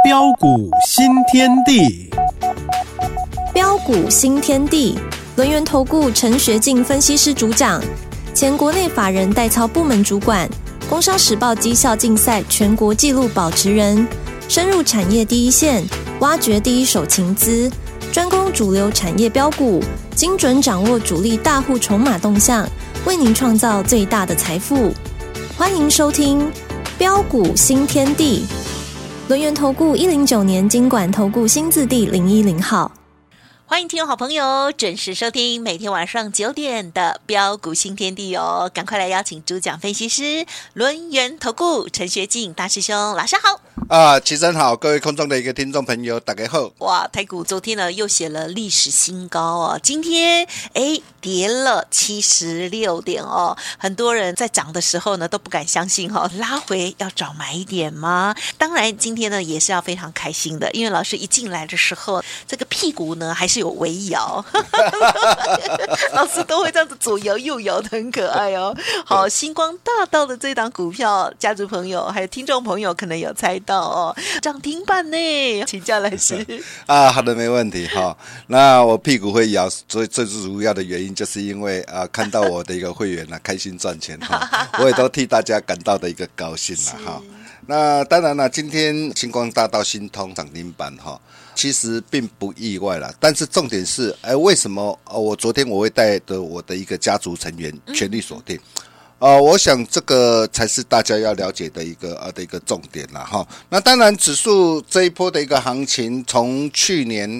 标股新天地， 标股新天地，轮源投顾陈学进分析师主讲，前国内法人代操部门主管，工商时报绩效竞赛全国纪录保持人，深入产业第一线，挖掘第一手情资，专攻主流产业标股，精准掌握主力大户筹码动向，为您创造最大的财富。欢迎收听标股新天地，轮源投顾109年金管投顾新字第010号。 欢迎听众好朋友准时收听每天晚上9点的标股新天地哦，赶快来邀请主讲分析师轮源投顾陈学进大师兄，老师好。 齐真好，各位空中的一个听众朋友大家好。 哇，台股昨天呢又写了历史新高哦，今天跌了76点哦，很多人在涨的时候呢都不敢相信哦，拉回要找买点吗？当然今天呢也是要非常开心的，因为老师一进来的时候，这个屁股呢还是有微摇老师都会这样子左摇右摇的，很可爱哦。好，星光大道的这档股票，家族朋友还有听众朋友可能有猜到哦，涨停板呢，请教老师好的，没问题哈。那我屁股会摇，最主要的原因就是因为看到我的一个会员开心赚钱哈，我也都替大家感到的一个高兴了哈。那当然了，今天星光大道、新通涨停板哈，其实并不意外啦。但是重点是，为什么我昨天我会带着我的一个家族成员全力锁定？我想这个才是大家要了解的一个重点啦哈。那当然，指数这一波的一个行情，从去年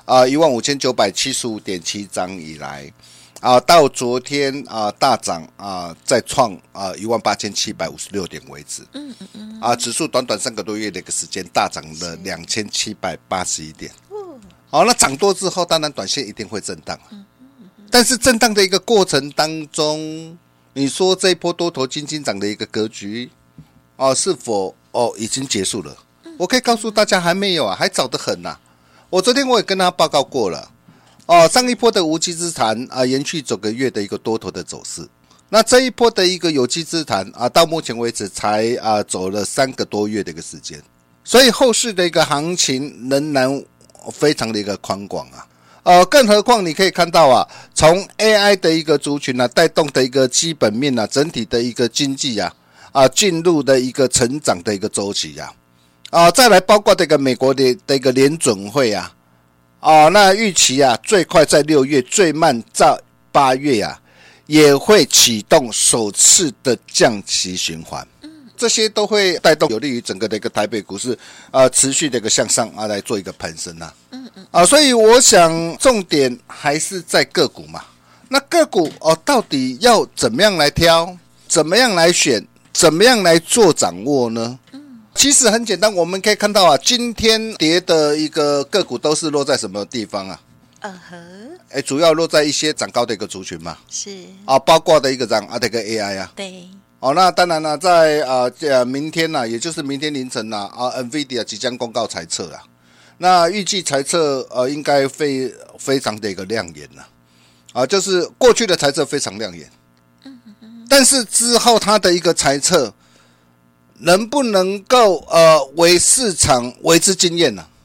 15975.7涨以来。到昨天大涨再创18756点为止。指数短短3个多月的一个时间大涨了2781点。那涨多之后，当然短线一定会震荡。但是震荡的一个过程当中，你说这一波多头金涨的一个格局是否已经结束了？我可以告诉大家还没有还早得很呐。我昨天我也跟他报告过了。上一波的无稽之谈延续9个月的一个多头的走势。那这一波的一个有机之谈到目前为止才走了3个多月的一个时间，所以后市的一个行情仍然非常的一个宽广更何况你可以看到从 AI 的一个族群带动的一个基本面整体的一个经济进入的一个成长的一个周期再来包括这个美国的一个联准会那预期最快在6月，最慢在8月也会启动首次的降息循环。这些都会带动有利于整个的一个台北股市持续的一个向上来做一个攀升所以我想重点还是在个股嘛。那个股到底要怎么样来挑，怎么样来选，怎么样来做掌握呢？其实很简单，我们可以看到今天跌的一个个股都是落在什么地方主要落在一些涨高的一个族群嘛，是包括的一个涨这个 AI 对。 那当然了，在明天也就是明天凌晨NVIDIA 即将公告财测那预计财测应该非常的一个亮眼就是过去的财测非常亮眼，但是之后它的一个财测能不能够为市场为之惊艳呢？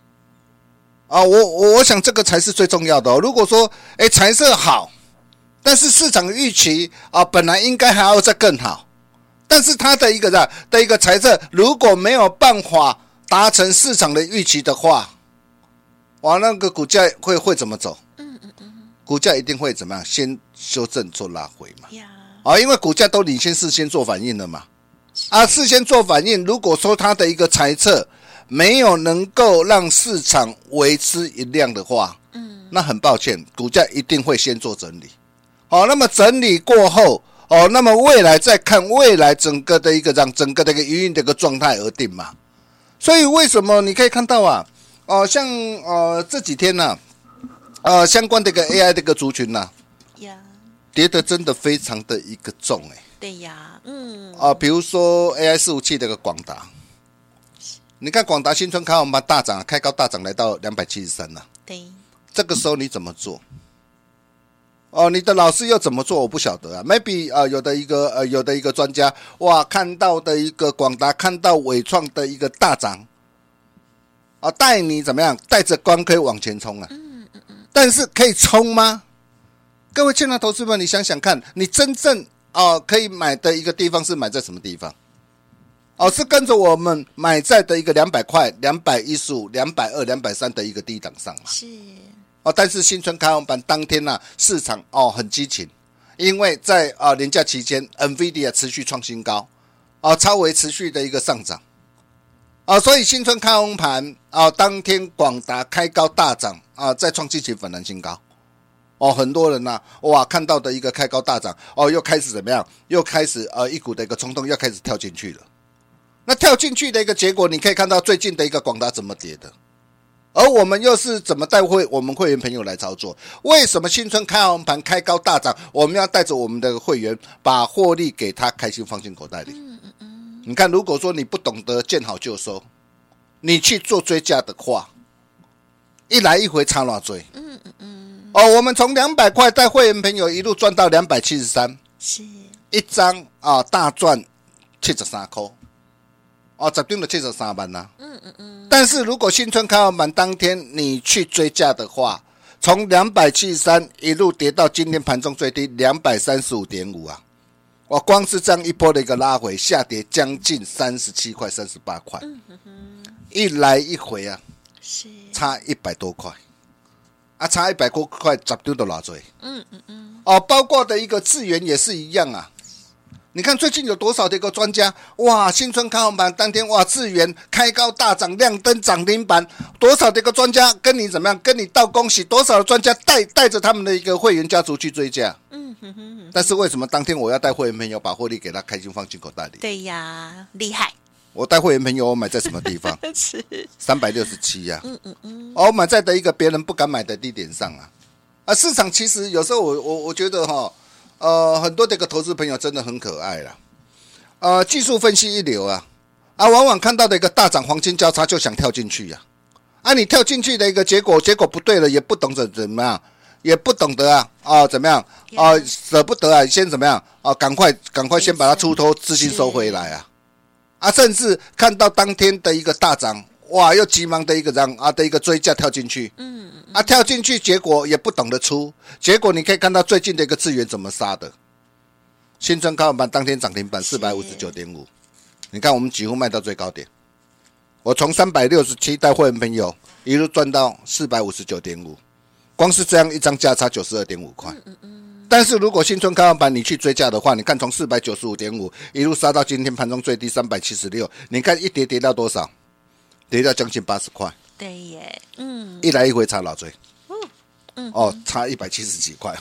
我想这个才是最重要的如果说财测好，但是市场预期本来应该还要再更好，但是它的一个财测如果没有办法达成市场的预期的话，那个股价会怎么走？股价一定会怎么样？先修正做拉回嘛。因为股价都领先事先做反应了嘛。事先做反应，如果说它的一个财测没有能够让市场为之一亮的话，那很抱歉，股价一定会先做整理。那么整理过后，那么未来再看未来整个的一个整个的一个营运的一个状态而定嘛。所以为什么你可以看到像这几天相关的一个 AI 的一个族群跌得真的非常的一个重对呀， 比如说 AI 伺服器的一个广达，你看广达新春开红盘大涨，开高大涨来到273了。 对， 这个时候你怎么做？你的老师又怎么做？我不晓得maybe有的一个专家看到的一个广达，看到伟创的一个大涨， 带你怎么样，带着光可以往前冲啊。但是可以冲吗？各位亲爱的投资们，你想想看，你真正可以买的一个地方是买在什么地方？是跟着我们买在的一个200块、215、220、230的一个低档上嘛。 是但是新春开红盘当天市场很激情，因为在连假期间 ，NVIDIA 持续创新高，超微持续的一个上涨，所以新春开红盘当天广达开高大涨再创近期粉蓝新高。很多人看到的一个开高大涨，又开始怎么样？又开始一股的一个冲动，又开始跳进去了。那跳进去的一个结果，你可以看到最近的一个广达怎么跌的，而我们又是怎么带我们会员朋友来操作？为什么新春开红盘开高大涨，我们要带着我们的会员把获利给他开心放进口袋里？你看，如果说你不懂得见好就收，你去做追加的话，一来一回差哪追？我们从200块带会员朋友一路赚到273， 是一张大赚73块。十张就73万啦。但是如果新春开红盘当天你去追价的话，从273一路跌到今天盘中最低235.5啊！光是这样一波的一个拉回，下跌将近37块、38块，一来一回是差100多块差100多块，10张都拿追。包括的一个智原也是一样啊。你看最近有多少的一个专家，新春开红盘当天，智原开高大涨，亮灯涨停板，多少的一个专家跟你怎么样，跟你道恭喜，多少的专家带着他们的一个会员家族去追价。但是为什么当天我要带会员朋友把获利给他开心放进口袋里？ 对呀，厉害！ 我带会员朋友，我买在什么地方？ 是 367啊。我买在的一个别人不敢买的低点上市场其实有时候我觉得很多的一个投资朋友真的很可爱啦，技术分析一流往往看到的一个大涨黄金交叉就想跳进去你跳进去的一个结果不对了，也不懂得怎么样，也不懂得怎么样舍不得先怎么样赶快先把它出脱资金收回来甚至看到当天的一个大涨，又急忙的一个的一个追价跳进去，跳进去结果也不懂得出，结果你可以看到最近的一个智原怎么杀的，新春开红盘当天涨停板459.5，你看我们几乎卖到最高点，我从367带会员朋友一路赚到459.5，光是这样一张价差92.5块。但是如果新春开红盘你去追价的话，你看从495.5一路杀到今天盘中最低376，你看一跌到多少？跌到将近80块。 对耶， 一来一回差老追。差170几块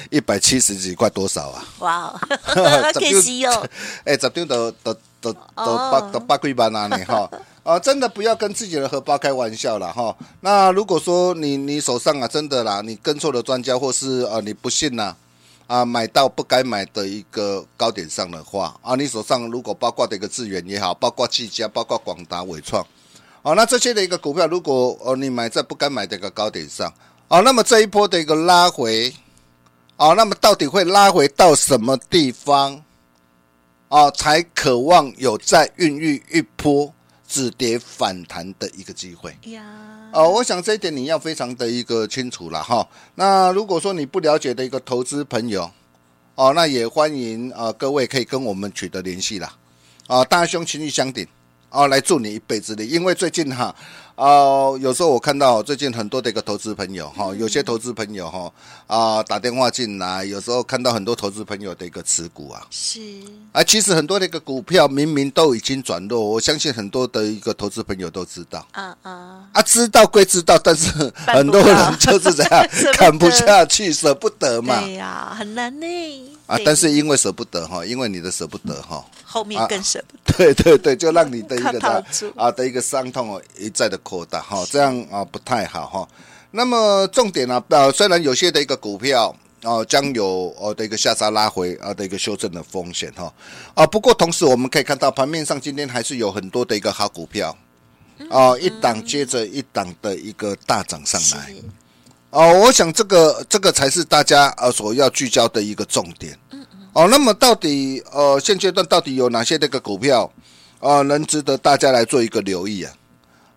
170几块多少哇，可惜哦。 10张都8几万真的不要跟自己的荷包开玩笑啦那如果说你手上真的啦，你跟错了专家，或是你不信买到不该买的一个高点上的话你手上如果包括的一个智原也好，包括技嘉，包括广达、伟创那这些的一个股票，如果你买在不该买的一个高点上那么这一波的一个拉回那么到底会拉回到什么地方才渴望有再孕育一波止跌反弹的一个机会我想这一点你要非常的一个清楚啦那如果说你不了解的一个投资朋友那也欢迎各位可以跟我们取得联系啦大兄情义相挺来助你一臂之力。因为最近有时候我看到最近很多的一个投资朋友有些投资朋友打电话进来，有时候看到很多投资朋友的一个持股是其实很多的一个股票明明都已经转弱，我相信很多的一个投资朋友都知道知道归知道，但是很多人就是这样看不下去，舍不得嘛。 对呀，很难呢但是因为舍不得因为你的舍不得后面更舍不得对，就让你的一个的一个伤痛一再的扩大这样不太好那么重点虽然有些的一个股票将有的一个下杀拉回的一个修正的风险不过同时我们可以看到盘面上今天还是有很多的一个好股票一档接着一档的一个大涨上来我想这个才是大家所要聚焦的一个重点那么到底现阶段到底有哪些这个股票能值得大家来做一个留意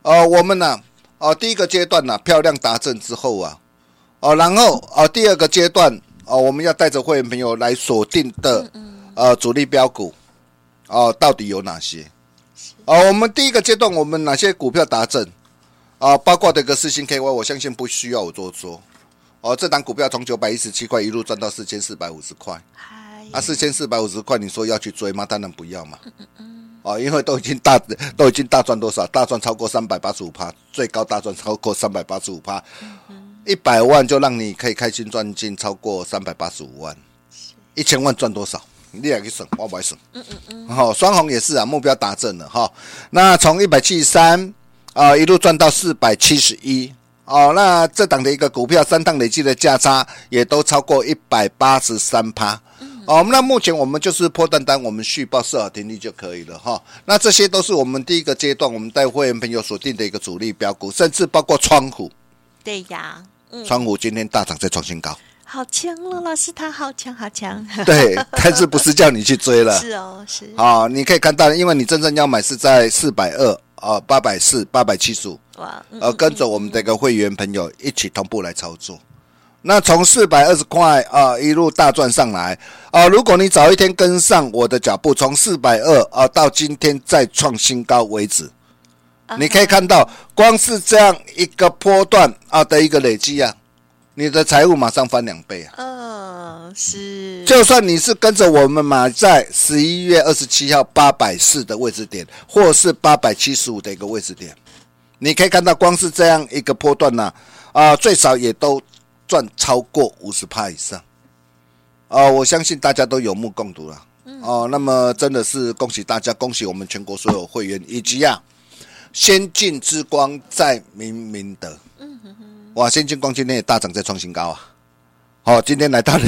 我们呢，第一个阶段呢，漂亮达阵之后啊，然后第二个阶段我们要带着会员朋友来锁定的主力标股到底有哪些？我们第一个阶段我们哪些股票达阵包括这个世芯 KY， 我相信不需要我多说。这档股票从917块一路赚到4450块，4450块，你说要去追吗？当然不要嘛。因为都已经大赚多少？大赚超过385%，最高大赚超过385%。100万就让你可以开心赚进超过385万，1000万赚多少？你来去算，我不会算。双红也是啊，目标达阵了哈。那从173一路赚到471。那这档的一个股票3档累计的价差也都超过183%。那目前我们就是波段单，我们续报设好停利就可以了哈。那这些都是我们第一个阶段我们带会员朋友锁定的一个主力标股，甚至包括窗户。 对呀， 窗户今天大涨再创新高， 好强了，老师他好强好强。 对，但是不是叫你去追了？ 是哦，是。 你可以看到，因为你真正要买是在420。840、875，跟着我们这个会员朋友一起同步来操作。那从420块一路大赚上来如果你早一天跟上我的脚步，从420到今天再创新高为止，你可以看到，光是这样一个波段的一个累积你的财务马上翻2倍是。 就算你是跟着我们买在11月27号840的位置点，或是875的一个位置点，你可以看到光是这样一个波段最少也都赚超过50%以上。我相信大家都有目共睹了。那么真的是恭喜大家，恭喜我们全国所有会员，以及先进之光在明明德。哇，先进光今天也大涨再创新高今天来到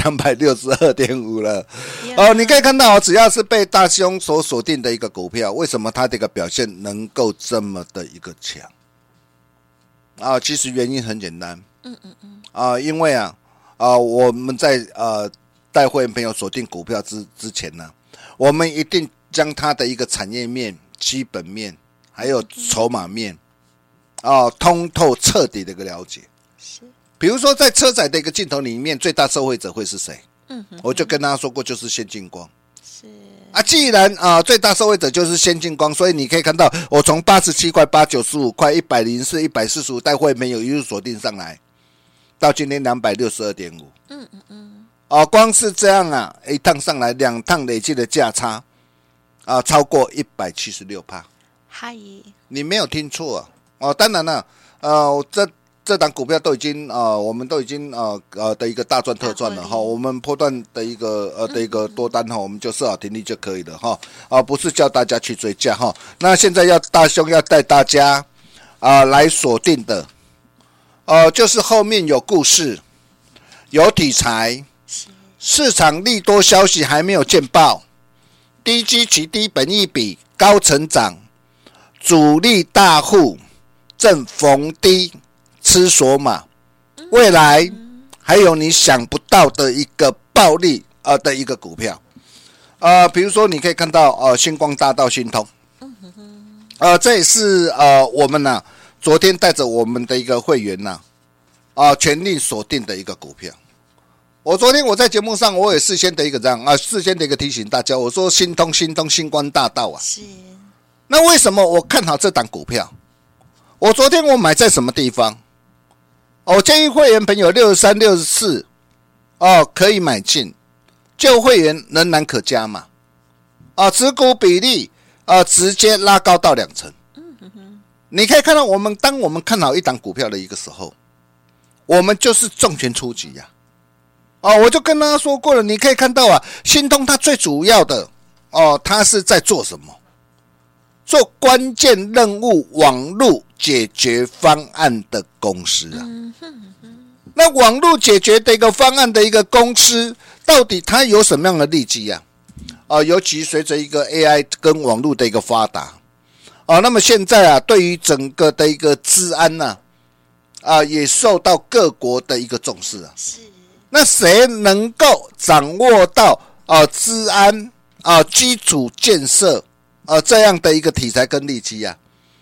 262.5了。你可以看到只要是被大兄所锁定的一个股票，为什么它的一个表现能够这么的一个强？其实原因很简单。因为我们在带会员朋友锁定股票之前呢，我们一定将它的一个产业面、基本面还有筹码面通透彻底的一个了解。比如说在车载的一个镜头里面，最大受惠者会是谁？我就跟大家说过，就是先进光。既然最大受惠者就是先进光，所以你可以看到我从87块、895块、104、145带会朋友一路锁定上来，到今天262.5。光是这样一趟上来，2趟累计的价差超过176%。 嗨， 你没有听错当然了，这档股票都已经我们都已经的一个大赚特赚了我们波段的一个多单我们就设好停利就可以了不是叫大家去追价那现在大兄要带大家来锁定的就是后面有故事、有题材、市场利多消息还没有见报、低基期、低本益比、高成长、主力大户正逢低吃锁码，未来还有你想不到的一个暴利的一个股票比如说你可以看到星光大道、星通这也是我们昨天带着我们的一个会员全力锁定的一个股票。昨天我在节目上我也事先的一个事先的一个提醒大家，我说星通、星光大道是。那为什么我看好这档股票？昨天我买在什么地方？我建议会员朋友63、64可以买进，旧会员仍然可加码持股比例直接拉高到20%。你可以看到当我们看好一档股票的一个时候，我们就是重拳出击我就跟大家说过了，你可以看到星通它最主要的它是在做什么？做关键任务网络解决方案的公司那网络解决的一个方案的一个公司，到底它有什么样的利基尤其随着一个 AI 跟网络的一个发达那么现在对于整个的一个治安也受到各国的一个重视是。 那谁能够掌握到治安基础建设这样的一个题材跟利基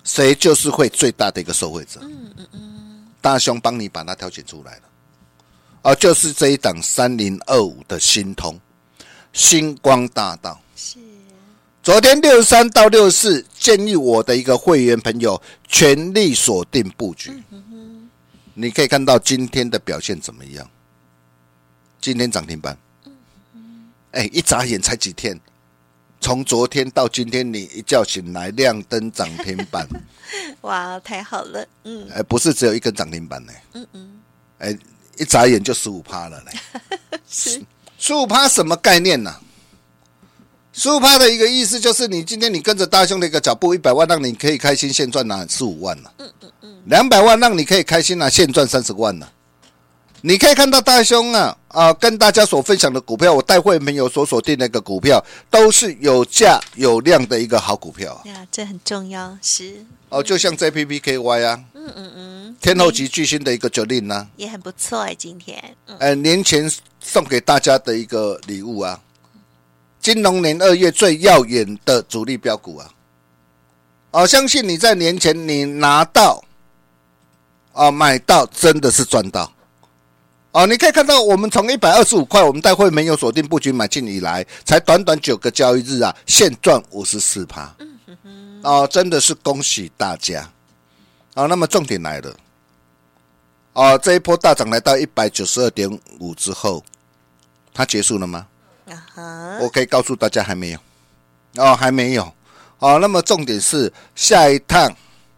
谁就是会最大的一个受惠者。大兄帮你把它挑选出来了，就是这一档3025的新通星光大道。 是， 昨天63到64，建议我的一个会员朋友全力锁定布局。你可以看到今天的表现怎么样？今天涨停板，一眨眼才几天，从昨天到今天，你一觉醒来亮灯涨停板， 哇，太好了， 不是只有一根涨停板呢，一眨眼就15%了呢， 是 15%什么概念呢？15%的一个意思就是你今天你跟着大兄的一个脚步，100万让你可以开心现赚拿15万了，200万让你可以开心拿现赚30万了。你可以看到大兄跟大家所分享的股票，我带会员朋友所锁定的一个股票，都是有价有量的一个好股票呀，这很重要，是就像 JPPKY 啊，天后级巨星的一个决定啊， 也很不错哎，今天， 年前送给大家的一个礼物啊，金龙年2月最耀眼的主力标股啊，相信你在年前你拿到买到真的是赚到。你可以看到我们从125块，我们带会没有锁定布局买进以来，才短短9个交易日现赚54%。真的是恭喜大家。那么重点来了。这一波大涨来到 192.5 之后，它结束了吗？我可以告诉大家还没有。还没有。那么重点是下一趟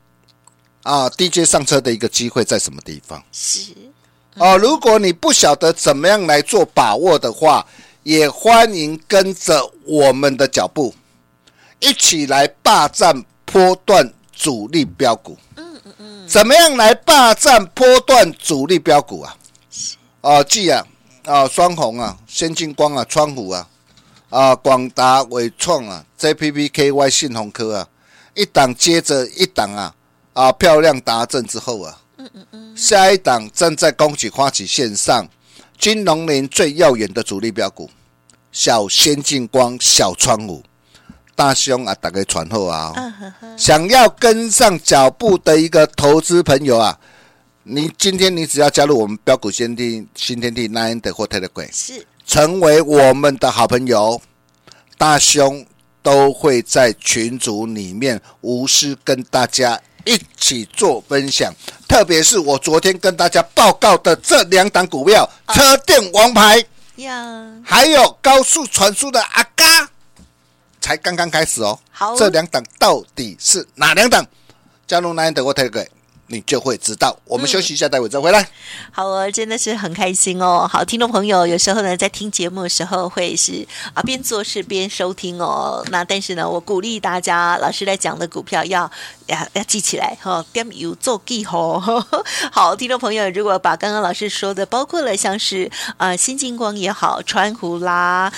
DJ 上车的一个机会在什么地方？ 是。 如果你不晓得怎么样来做把握的话，也欢迎跟着我们的脚步，一起来霸占波段主力标股。怎么样来霸占波段主力标股继双红先进光川湖广达伟创JPPKY 信鸿科一档接着一档漂亮达阵之后下一档正在恭喜花旗线上金龙年最耀眼的主力标股，小先进光、小川湖，大兄大家传后想要跟上脚步的一个投资朋友你今天你只要加入我们标股新天地 Line 或 Telegram， 是成为我们的好朋友，大兄都会在群组里面无私跟大家一起做分享，特别是我昨天跟大家报告的这2档股票，车电王牌还有高速传输的阿嘎，才刚刚开始好， 这2档到底是哪2档？加入 Line 或 Telegram，你就会知道。我们休息一下，待会再回来。 好真的是很开心哦。好，听众朋友，有时候呢，在听节目的时候会是边做事边收听那但是呢，我鼓励大家，老师在讲的股票要记起来点有做记好，听众朋友，如果把刚刚老师说的，包括了像是新金光也好，川湖啦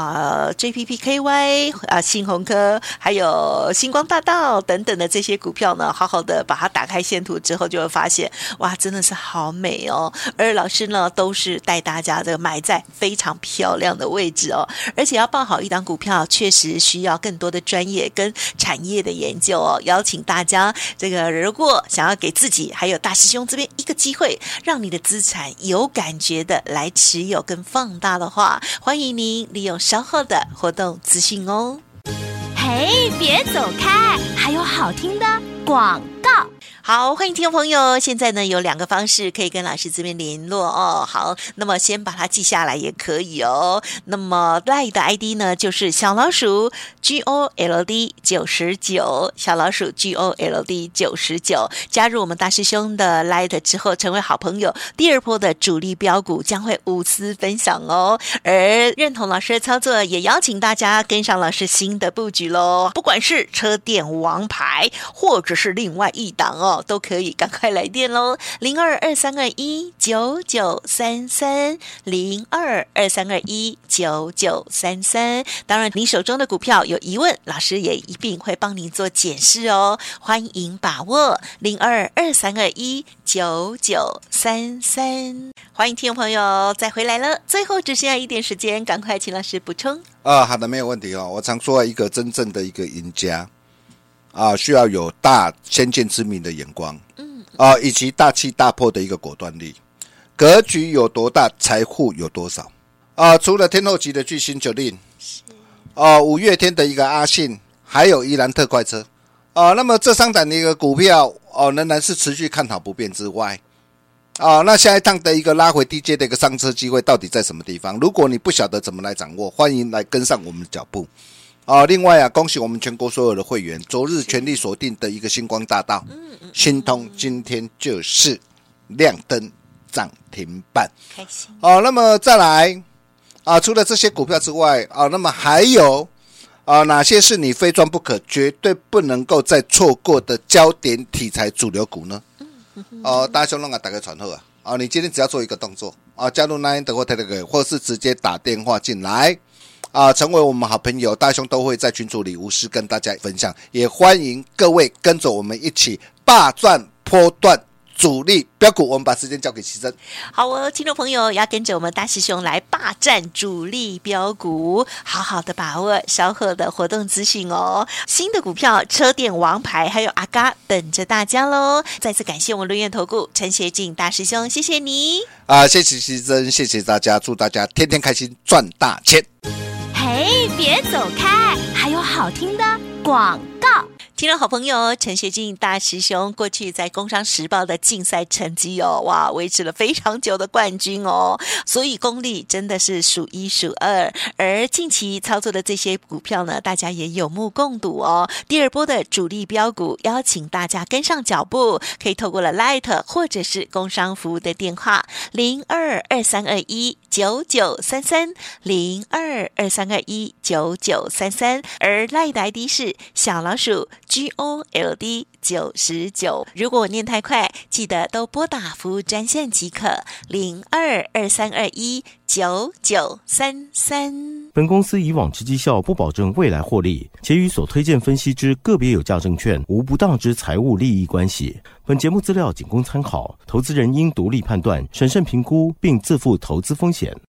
JPPKY 信鸿科，还有星光大道等等的这些股票呢，好好的把它打开线图之后，就会发现哇，真的是好美哦。而老师呢，都是带大家买在非常漂亮的位置而且要报好一档股票，确实需要更多的专业跟产业的研究邀请大家如果想要给自己还有大师兄这边一个机会，让你的资产有感觉的来持有跟放大的话，欢迎您利用稍后的活动资讯哦。 嘿，别走开，还有好听的广告。 好，欢迎听众朋友，现在呢有2个方式可以跟老师这边联络好，那么先把它记下来也可以那么 LINE 的 ID 呢就是小老鼠 GOLD99， 小老鼠 GOLD99， 加入我们大师兄的 LINE 之后，成为好朋友，第2波的主力标股将会无私分享而认同老师的操作，也邀请大家跟上老师新的布局咯，不管是车电王牌或者是另外一档都可以赶快来电咯，0223219933 0223219933。当然你手中的股票有疑问，老师也一并会帮您做解释欢迎把握0223219933。欢迎听众朋友再回来了，最后只剩下一点时间，赶快请老师补充好的，没有问题我常说一个真正的一个赢家需要有先见之明的眼光，以及大气大破的一个果断力。格局有多大，财富有多少除了天后级的巨星九令，5月天的一个阿信，还有宜兰特快车那么这3档的一个股票仍然是持续看好不变之外那下一趟的一个拉回低阶的一个上车机会到底在什么地方？如果你不晓得怎么来掌握，欢迎来跟上我们的脚步另外恭喜我们全国所有的会员，昨日全力锁定的一个星光大道新通，今天就是亮灯涨停板， 开心那么再来除了这些股票之外那么还有哪些是你非赚不可，绝对不能够再错过的焦点题材主流股呢？大兄打个传后你今天只要做一个动作加入 LINE 或 Telegram， 或是直接打电话进来成为我们好朋友，大兄都会在群组里无私跟大家分享，也欢迎各位跟着我们一起霸赚波段主力标股。我们把时间交给齐珍。 好听众朋友要跟着我们大师兄来霸占主力标股，好好的把握稍后的活动资讯新的股票车电王牌还有阿嘎等着大家咯。再次感谢我们轮元投顾陈学进大师兄，谢谢你谢谢齐珍，谢谢大家，祝大家天天开心赚大钱。 嘿，别走开，还有好听的广告。 听众好朋友陈学进大师兄过去在工商时报的竞赛成绩维持了非常久的冠军所以功力真的是数1数2。而近期操作的这些股票呢，大家也有目共睹第二波的主力标股，邀请大家跟上脚步，可以透过了 Light 或者是工商服务的电话0223219933 0223219933，而 Light 的 ID 是小老鼠GOLD 99。如果我念太快，记得都拨打服务专线即可0223219933。 本公司以往之绩效不保证未来获利，且与所推荐分析之个别有价证券无不当之财务利益关系。本节目资料仅供参考，投资人应独立判断、审慎评估，并自负投资风险。